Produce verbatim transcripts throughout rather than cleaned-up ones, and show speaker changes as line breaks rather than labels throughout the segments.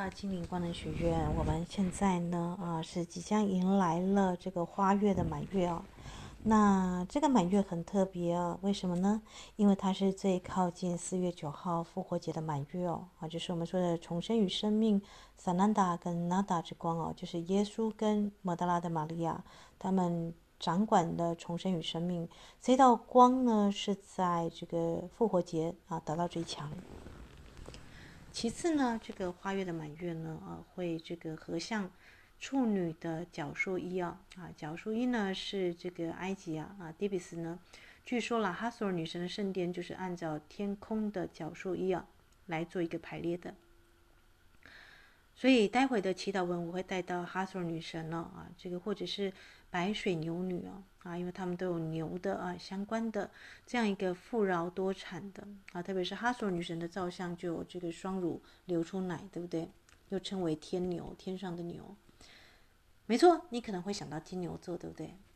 的精灵光能学院，我们现在呢啊是即将迎来了这个花月的满月哦。那这个满月很特别哦，为什么呢？因为它是最靠近四月九号复活节的满月哦啊，就是我们说的重生与生命萨南达跟纳达之光哦，就是耶稣跟摩达拉的玛利亚他们掌管的重生与生命，这道光呢是在这个复活节啊得到最强。其次呢，这个花月的满月呢，啊，会这个合相处女的角数一啊，啊，角数一呢是这个埃及啊啊，迪比斯呢，据说啦，哈索尔女神的圣殿就是按照天空的角数一啊来做一个排列的。所以待会的祈祷文我会带到哈索尔女神了啊，这个或者是白水牛女哦啊，因为他们都有牛的啊相关的这样一个富饶多产的啊，特别是哈索尔女神的造像就有这个双乳流出奶，对不对？又称为天牛，天上的牛。没错，你可能会想到金牛座，对不对？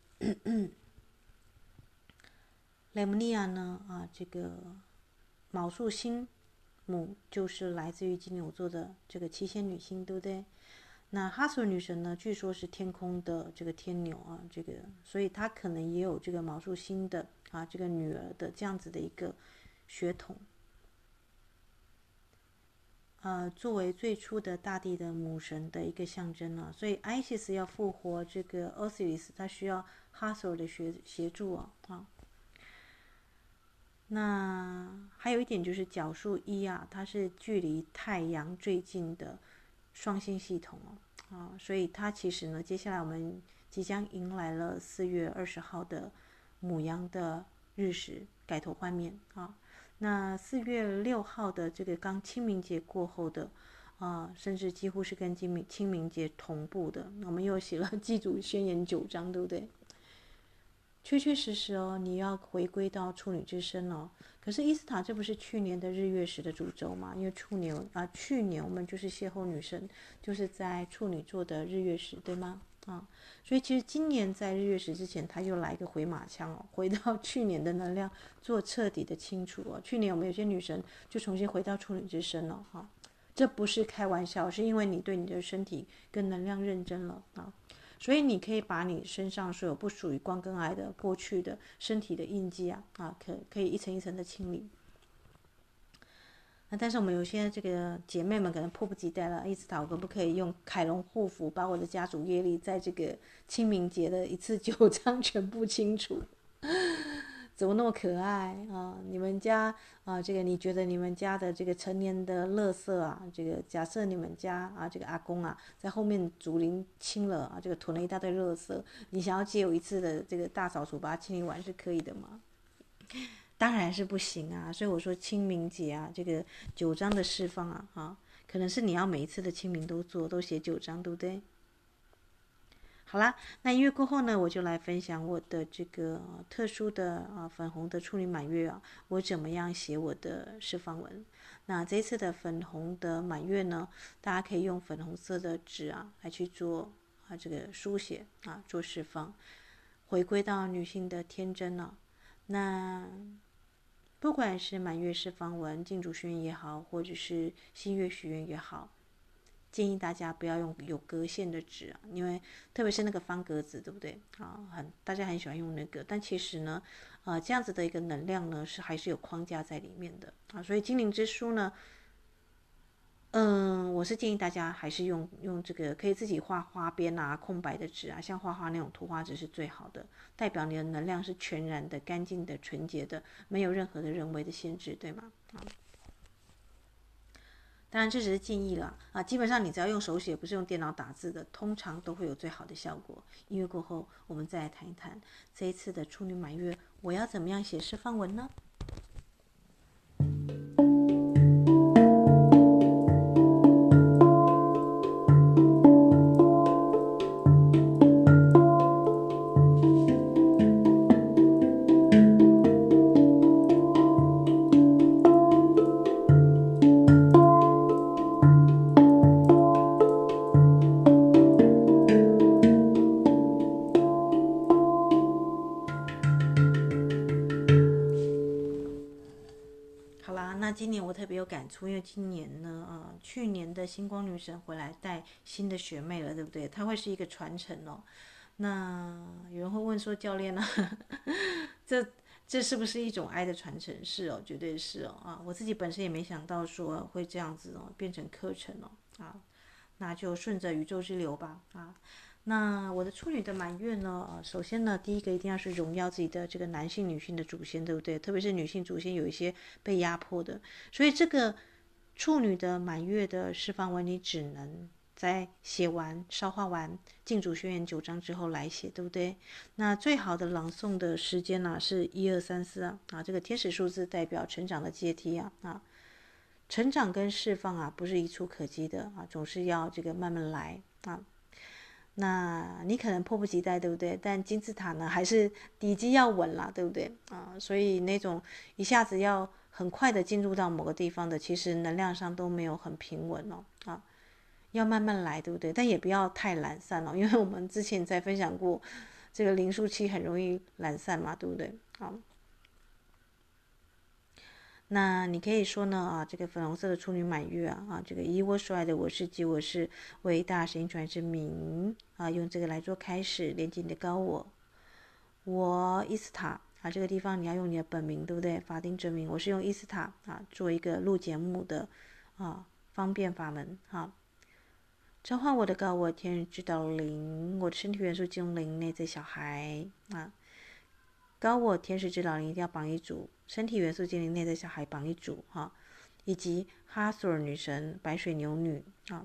雷姆尼亚呢啊，这个卯宿星母就是来自于金牛座的这个七仙女星，对不对？那哈索尔女神呢，据说是天空的这个天牛啊，这个所以她可能也有这个卯宿星的啊这个女儿的这样子的一个血统。呃，作为最初的大地的母神的一个象征啊，所以 Isis 要复活这个 Osiris， 它需要哈索尔的协协助啊啊。那还有一点就是角数一啊，它是距离太阳最近的双星系统哦，啊，所以它其实呢，接下来我们即将迎来了四月二十号的母羊的日食改头换面啊。那四月六号的这个刚清明节过后的啊，甚至几乎是跟清明清明节同步的，我们又写了祭祖宣言九章，对不对？确确实实哦，你要回归到处女之身哦。可是伊斯塔这不是去年的日月食的主轴吗？因为处女啊，去年我们就是邂逅女神，就是在处女座的日月食，对吗？啊，所以其实今年在日月食之前，他又来一个回马枪哦，回到去年的能量做彻底的清除哦。去年我们有些女神就重新回到处女之身了哈、啊，这不是开玩笑，是因为你对你的身体跟能量认真了啊。所以你可以把你身上所有不属于光跟爱的过去的身体的印记啊啊，可可以一层一层的清理。那但是我们有些这个姐妹们可能迫不及待了，伊斯塔，我可不可以用凯龙护符把我的家族业力在这个清明节的一次九章全部清除？怎么那么可爱啊？你们家啊，这个你觉得你们家的这个成年的垃圾啊，这个假设你们家啊，这个阿公啊，在后面竹林清了啊，这个囤了一大堆垃圾，你想要借我一次的这个大扫除把它清理完是可以的吗？当然是不行啊！所以我说清明节啊，这个九章的释放啊，啊，可能是你要每一次的清明都做，都写九章，对不对？好啦，那音乐过后呢，我就来分享我的这个、呃、特殊的啊、呃、粉红的处女满月啊，我怎么样写我的释放文。那这次的粉红的满月呢，大家可以用粉红色的纸啊来去做啊这个书写啊做释放，回归到女性的天真啊。那不管是满月释放文、敬主宣也好，或者是新月许愿也好。建议大家不要用有格线的纸啊，因为特别是那个方格子，对不对啊？很大家很喜欢用那个，但其实呢，呃，这样子的一个能量呢，是还是有框架在里面的啊。所以精灵之书呢，嗯，我是建议大家还是用用这个可以自己画花边啊、空白的纸啊，像画画那种图画纸是最好的，代表你的能量是全然的、干净的、纯洁的，没有任何的人为的限制，对吗？啊。当然这只是建议了啊，基本上你只要用手写，不是用电脑打字的，通常都会有最好的效果。音乐过后，我们再来谈一谈这一次的处女满月，我要怎么样写释放文呢？ 啦，那今年我特别有感触，因为今年呢，呃，去年的星光女神回来带新的学妹了，对不对？她会是一个传承哦。那有人会问说，教练呢、啊，这这是不是一种爱的传承？是哦，绝对是哦啊！我自己本身也没想到说会这样子哦，变成课程哦啊，那就顺着宇宙之流吧啊。那我的处女的满月呢？首先呢，第一个一定要是荣耀自己的这个男性、女性的祖先，对不对？特别是女性祖先有一些被压迫的，所以这个处女的满月的释放文，你只能在写完、烧化完禁主宣言九章之后来写，对不对？那最好的朗诵的时间呢、啊，是一二三四啊啊，这个天使数字代表成长的阶梯啊啊，成长跟释放啊不是一触可及的啊，总是要这个慢慢来啊。那你可能迫不及待，对不对？但金字塔呢，还是底基要稳啦，对不对啊？所以那种一下子要很快的进入到某个地方的，其实能量上都没有很平稳哦啊，要慢慢来，对不对？但也不要太懒散哦，因为我们之前才分享过，这个零数期很容易懒散嘛，对不对？啊。那你可以说呢啊，这个粉红色的处女满月啊啊，这个以我所爱的我是即我是为大神传之名啊，用这个来做开始，连接你的高我。我伊斯塔啊，这个地方你要用你的本名，对不对？法定真名，我是用伊斯塔啊做一个录节目的啊方便法门啊。召唤我的高我天使指导灵，我的身体元素精灵内在小孩啊。高我天使指导灵一定要绑一组，身体元素精灵内在小孩绑一组哈，以及哈索尔女神白水牛女啊，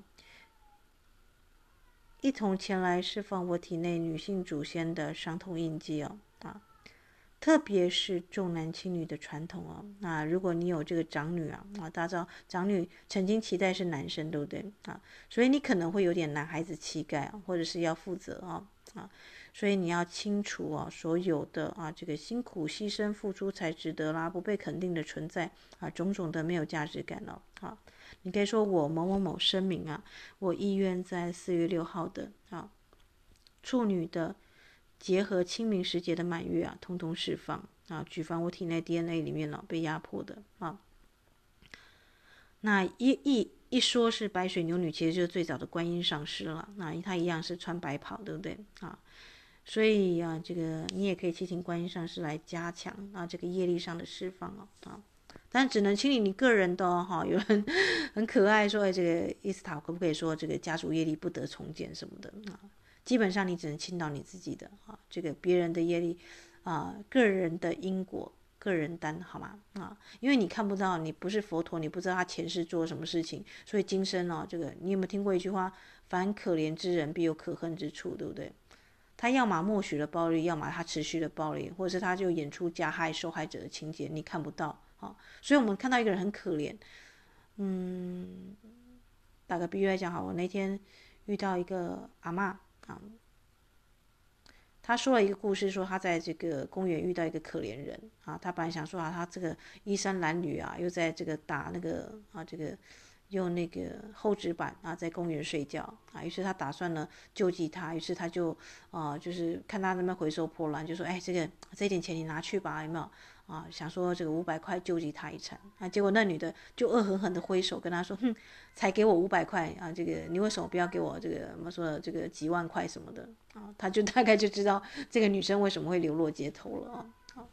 一同前来释放我体内女性祖先的伤痛印记哦啊，特别是重男轻女的传统哦。那如果你有这个长女啊啊，大家知道长女曾经期待是男生，对不对啊？所以你可能会有点男孩子气概啊，或者是要负责啊啊。所以你要清除啊，所有的啊这个辛苦牺牲付出才值得啦，不被肯定的存在啊，种种的没有价值感哦啊。你可以说我某某某声明啊，我意愿在四月六号的啊处女的结合清明时节的满月啊，通通释放啊，举凡我体内 D N A 里面呢、啊、被压迫的啊。那一一一说是白水牛女，其实就是最早的观音上师了。那她一样是穿白袍，对不对啊？所以啊，这个你也可以祈请观音上师来加强啊这个业力上的释放哦啊，但只能清理你个人的哦哈。有人很可爱说，哎，这个伊斯塔可不可以说这个家族业力不得重建什么的啊？基本上你只能倾倒你自己的啊，这个别人的业力啊，个人的因果。个人担好吗啊？因为你看不到，你不是佛陀，你不知道他前世做什么事情，所以今生哦，这个你有没有听过一句话？凡可怜之人，必有可恨之处，对不对？他要么默许了暴力，要么他持续的暴力，或者是他就演出加害受害者的情节，你看不到啊。所以我们看到一个人很可怜，嗯，打个比喻来讲，好，我那天遇到一个阿嬷啊。他说了一个故事，说他在这个公园遇到一个可怜人啊，他本来想说啊，他这个衣衫褴褛啊，又在这个打那个啊，这个用那个厚纸板啊，在公园睡觉啊，于是他打算呢救济他，于是他就啊，就是看他那边回收破烂，就说，哎，这个这点钱你拿去吧，有没有？啊，想说这个五百块救济他一餐啊，结果那女的就恶狠狠的挥手跟他说，哼，才给我五百块啊，这个你为什么不要给我这个我们说的这个几万块什么的啊？他就大概就知道这个女生为什么会流落街头了啊。啊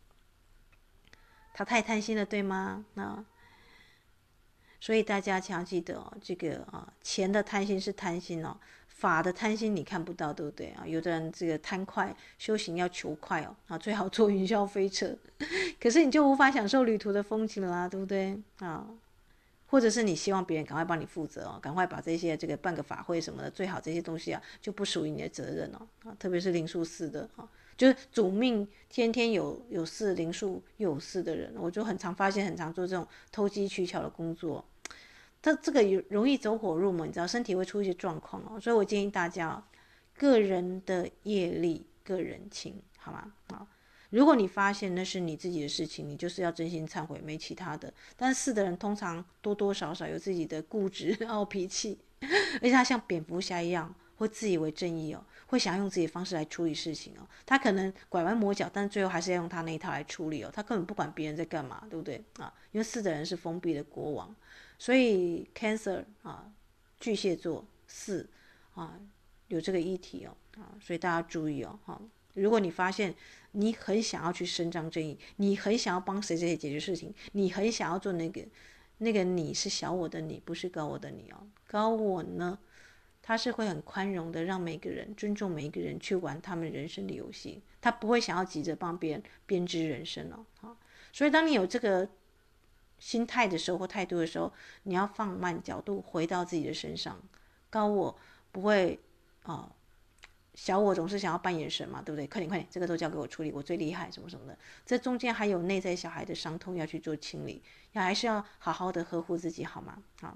她太贪心了，对吗？啊，所以大家要记得哦，这个啊，钱的贪心是贪心哦。法的贪心你看不到，对不对啊？有的人这个贪快，修行要求快哦，啊，最好坐云霄飞车，可是你就无法享受旅途的风情了啦，对不对啊？或者是你希望别人赶快帮你负责哦，赶快把这些这个办个法会什么的，最好这些东西啊就不属于你的责任哦，啊，特别是灵数四的啊，就是主命天天有有事，灵数又有事的人，我就很常发现，很常做这种投机取巧的工作。它这个容易走火入魔，你知道，身体会出一些状况哦，所以我建议大家，个人的业力，个人清，好吗？啊，如果你发现那是你自己的事情，你就是要真心忏悔，没其他的。但是的人通常多多少少有自己的固执、傲脾气，而且他像蝙蝠侠一样，会自以为正义哦， 会想要用自己的方式来处理事情哦。他可能拐弯抹角，但最后还是要用他那一套来处理哦。他根本不管别人在干嘛，对不对啊？因为四的人是封闭的国王，所以 Cancer 啊，巨蟹座四啊有这个议题哦啊，所以大家注意哦哈。如果你发现你很想要去伸张正义，你很想要帮谁谁谁解决事情，你很想要做那个那个你是小我的你，不是高我的你哦。高我呢，他是会很宽容的，让每个人尊重每一个人去玩他们人生的游戏，他不会想要急着帮别人编织人生哦。好，所以当你有这个心态的时候或态度的时候，你要放慢角度，回到自己的身上。高我不会啊。呃小我总是想要扮演神嘛，对不对？快点快点，这个都交给我处理，我最厉害，什么什么的。这中间还有内在小孩的伤痛要去做清理，要还是要好好的呵护自己，好吗？好，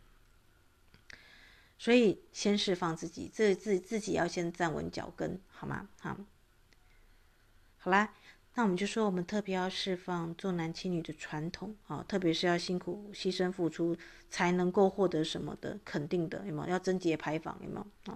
所以先释放自己，自自自己要先站稳脚跟，好吗？好，好啦，那我们就说我们特别要释放重男轻女的传统啊，特别是要辛苦牺牲付出才能够获得什么的肯定的，有没有？要贞洁牌坊，有没有？啊。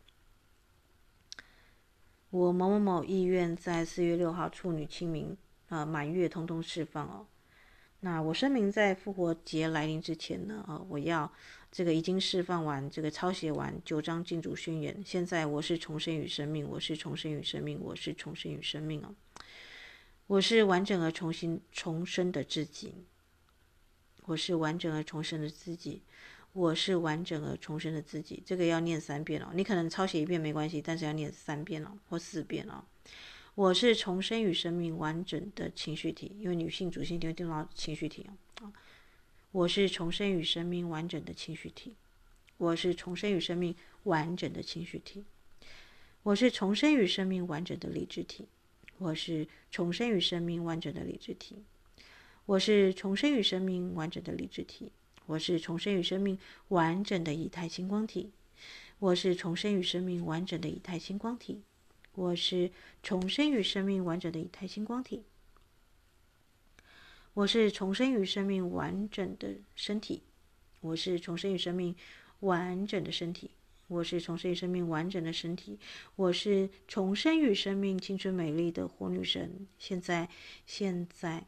我某某某意愿在四月六号处女清明呃满月通通释放哦。那我声明在复活节来临之前呢，呃，我要这个已经释放完这个抄写完九章禁主宣言。现在我是重生与生命，我是重生与生命，我是重生与生命哦。我是完整而重新重生的自己，我是完整而重生的自己。我是完整而重生的自己，这个要念三遍哦。你可能抄写一遍没关系，但是要念三遍哦，或四遍哦。我是重生与生命完整的情绪体，因为女性主性体会用到情绪体哦。我是重生与生命完整的情绪体，我是重生与生命完整的情绪体，我是重生与生命完整的理智体，我是重生与生命完整的理智体，我是重生与生命完整的理智体。我是重生与生命完整的以太星光体，我是重生与生命完整的以太星光体，我是重生与生命完整的以太星光体，我是重生与生命完整的身体，我是重生与生命完整的身体，我是重生与生命完整的身体，我是重生与生命青春美丽的活女神。现在，现在。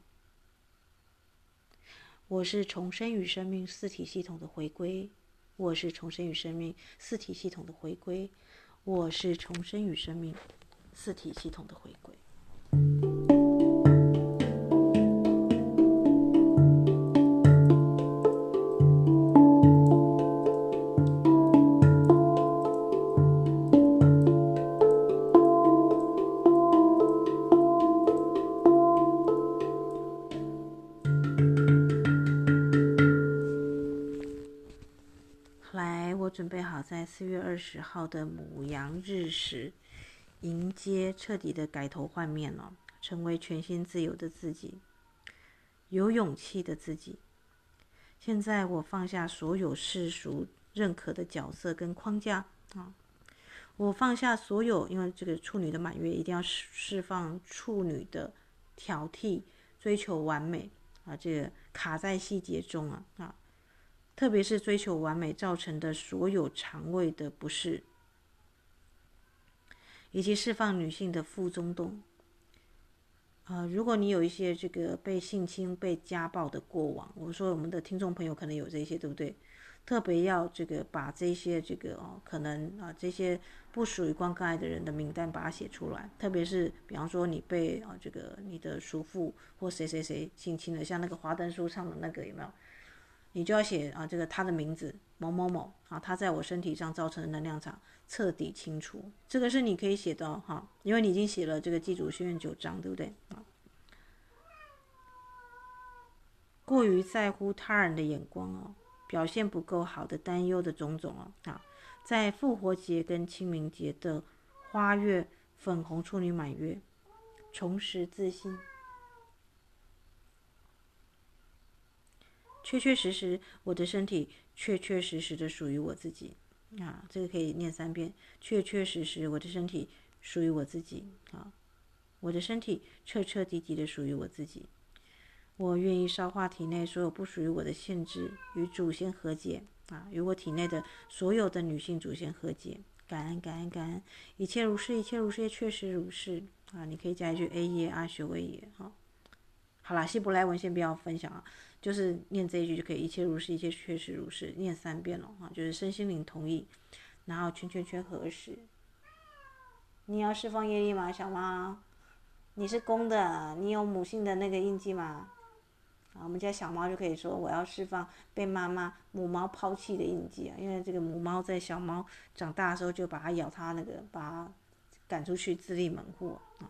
我是重生与生命四体系统的回归，我是重生与生命四体系统的回归，我是重生与生命四体系统的回归。准备好在四月二十号的牡羊日时，迎接彻底的改头换面了，成为全新自由的自己，有勇气的自己。现在我放下所有世俗认可的角色跟框架啊，我放下所有，因为这个处女的满月一定要释放处女的挑剔、追求完美啊，这个卡在细节中啊啊。特别是追求完美造成的所有肠胃的不适，以及释放女性的腹中洞。呃，如果你有一些这个被性侵、被家暴的过往，我说我们的听众朋友可能有这些，对不对？特别要这个把这些这个哦，可能啊这些不属于光跟爱的人的名单把它写出来。特别是比方说你被啊这个你的叔父或谁谁谁性侵了，像那个华灯初上的那个有没有？你就要写啊，这个他的名字某某某啊，他在我身体上造成的能量场彻底清除，这个是你可以写的哈、哦，因为你已经写了这个祭祖宣言九章，对不对啊？过于在乎他人的眼光哦，表现不够好的担忧的种种哦啊，在复活节跟清明节的花月粉红处女满月，重拾自信。确确实实，我的身体确确实实的属于我自己啊！这个可以念三遍。确确实实，我的身体属于我自己啊！我的身体彻彻底底的属于我自己。我愿意烧化体内所有不属于我的限制，与祖先和解啊！与我体内的所有的女性祖先和解， 感恩感恩感恩，一切如是，一切如是，确实如是啊！你可以加一句 A 耶阿修威耶哈。好啦，希伯来文先不要分享啊，就是念这一句就可以，一切如是，一切确实如是，念三遍了啊，就是身心灵同意，然后圈圈圈合十。你要释放业力吗，小猫？你是公的，你有母性的那个印记吗？啊，我们家小猫就可以说我要释放被妈妈母猫抛弃的印记啊，因为这个母猫在小猫长大的时候就把它咬它那个，把它赶出去自立门户啊。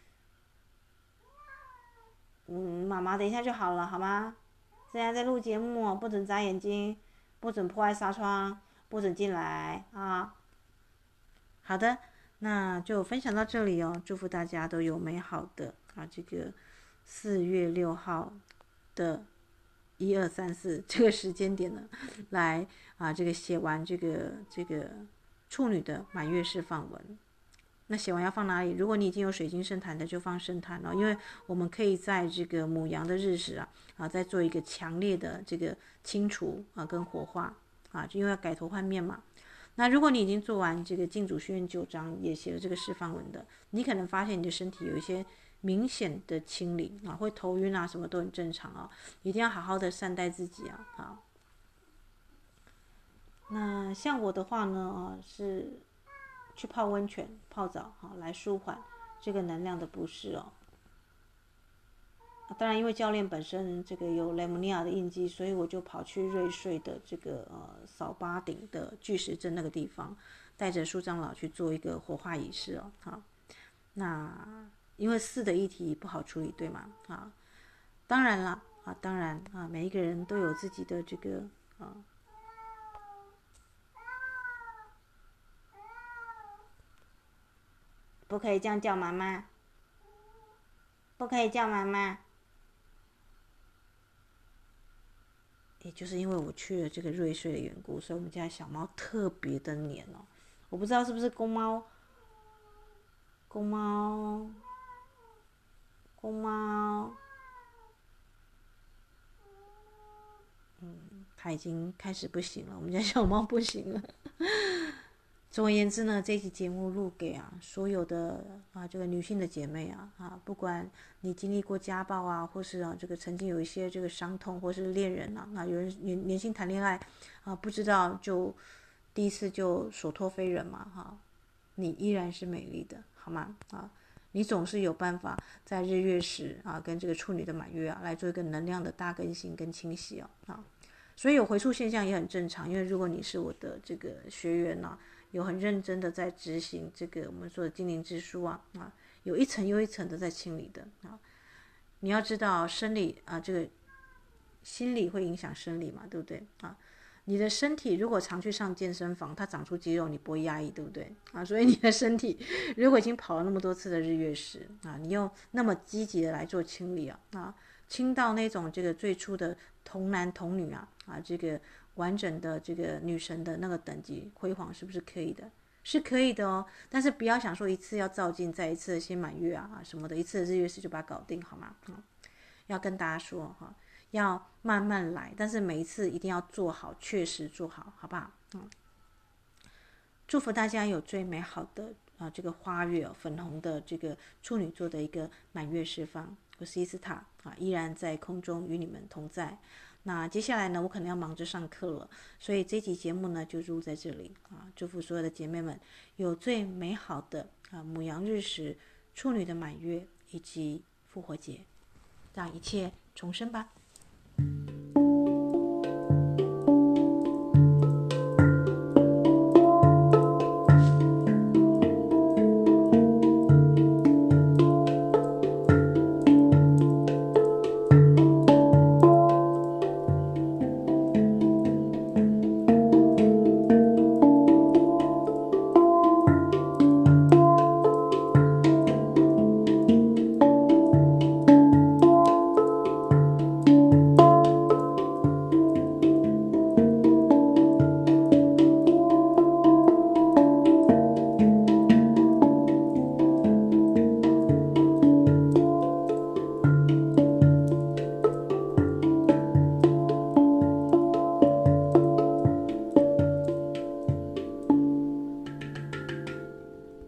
嗯，妈妈等一下就好了，好吗？现在在录节目，不准眨眼睛，不准破坏纱窗，不准进来啊。好的，那就分享到这里哦，祝福大家都有美好的啊这个四月六号的一二三四这个时间点呢，来啊这个写完这个这个处女的满月释放文。那写完要放哪里？如果你已经有水晶圣坛的，就放圣坛了，因为我们可以在这个母羊的日时啊啊，再做一个强烈的这个清除啊跟火化啊，就因为要改头换面嘛。那如果你已经做完这个敬主宣言九章，也写了这个释放文的，你可能发现你的身体有一些明显的清理啊，会头晕啊，什么都很正常啊，一定要好好的善待自己啊啊。那像我的话呢啊是。去泡温泉、泡澡，哈，来舒缓这个能量的不适哦。当然，因为教练本身这个有雷姆尼亚的印记，所以我就跑去瑞穗的这个呃扫八顶的巨石阵那个地方，带着苏长老去做一个火化仪式哦。好，那因为四的议题不好处理，对吗？啊，当然了啊，当然啊，每一个人都有自己的这个啊。不可以这样叫妈妈，不可以叫妈妈。也就是因为我去了这个瑞穗的缘故，所以我们家小猫特别的黏哦。我不知道是不是公猫，公猫，公猫，嗯，它已经开始不行了，我们家小猫不行了。总而言之呢，这期节目录给啊所有的啊这个女性的姐妹啊啊，不管你经历过家暴啊，或是啊这个曾经有一些这个伤痛，或是恋人啊，那有人年年轻谈恋爱啊，不知道就第一次就所托非人嘛哈、啊，你依然是美丽的，好吗？啊，你总是有办法在日月时啊跟这个处女的满月啊来做一个能量的大更新跟清洗哦啊，所以有回溯现象也很正常，因为如果你是我的这个学员呢、啊。有很认真的在执行这个我们说的精灵之书啊啊，有一层又一层的在清理的啊。你要知道生理啊，这个心理会影响生理嘛，对不对啊？你的身体如果常去上健身房，它长出肌肉，你不会压抑，对不对啊？所以你的身体如果已经跑了那么多次的日月食啊，你又那么积极的来做清理啊啊，清到那种这个最初的童男童女啊啊这个。完整的这个女神的那个等级辉煌是不是可以的？是可以的哦，但是不要想说一次要照进，再一次的先满月啊什么的，一次的日月食就把它搞定好吗？嗯，要跟大家说哈，要慢慢来，但是每一次一定要做好，确实做好，好不好？嗯，祝福大家有最美好的啊这个花月、哦、粉红的这个处女座的一个满月释放。我是伊斯塔啊，依然在空中与你们同在。那接下来呢，我可能要忙着上课了，所以这期节目呢就录在这里啊！祝福所有的姐妹们有最美好的啊母羊日时、处女的满月以及复活节，让一切重生吧。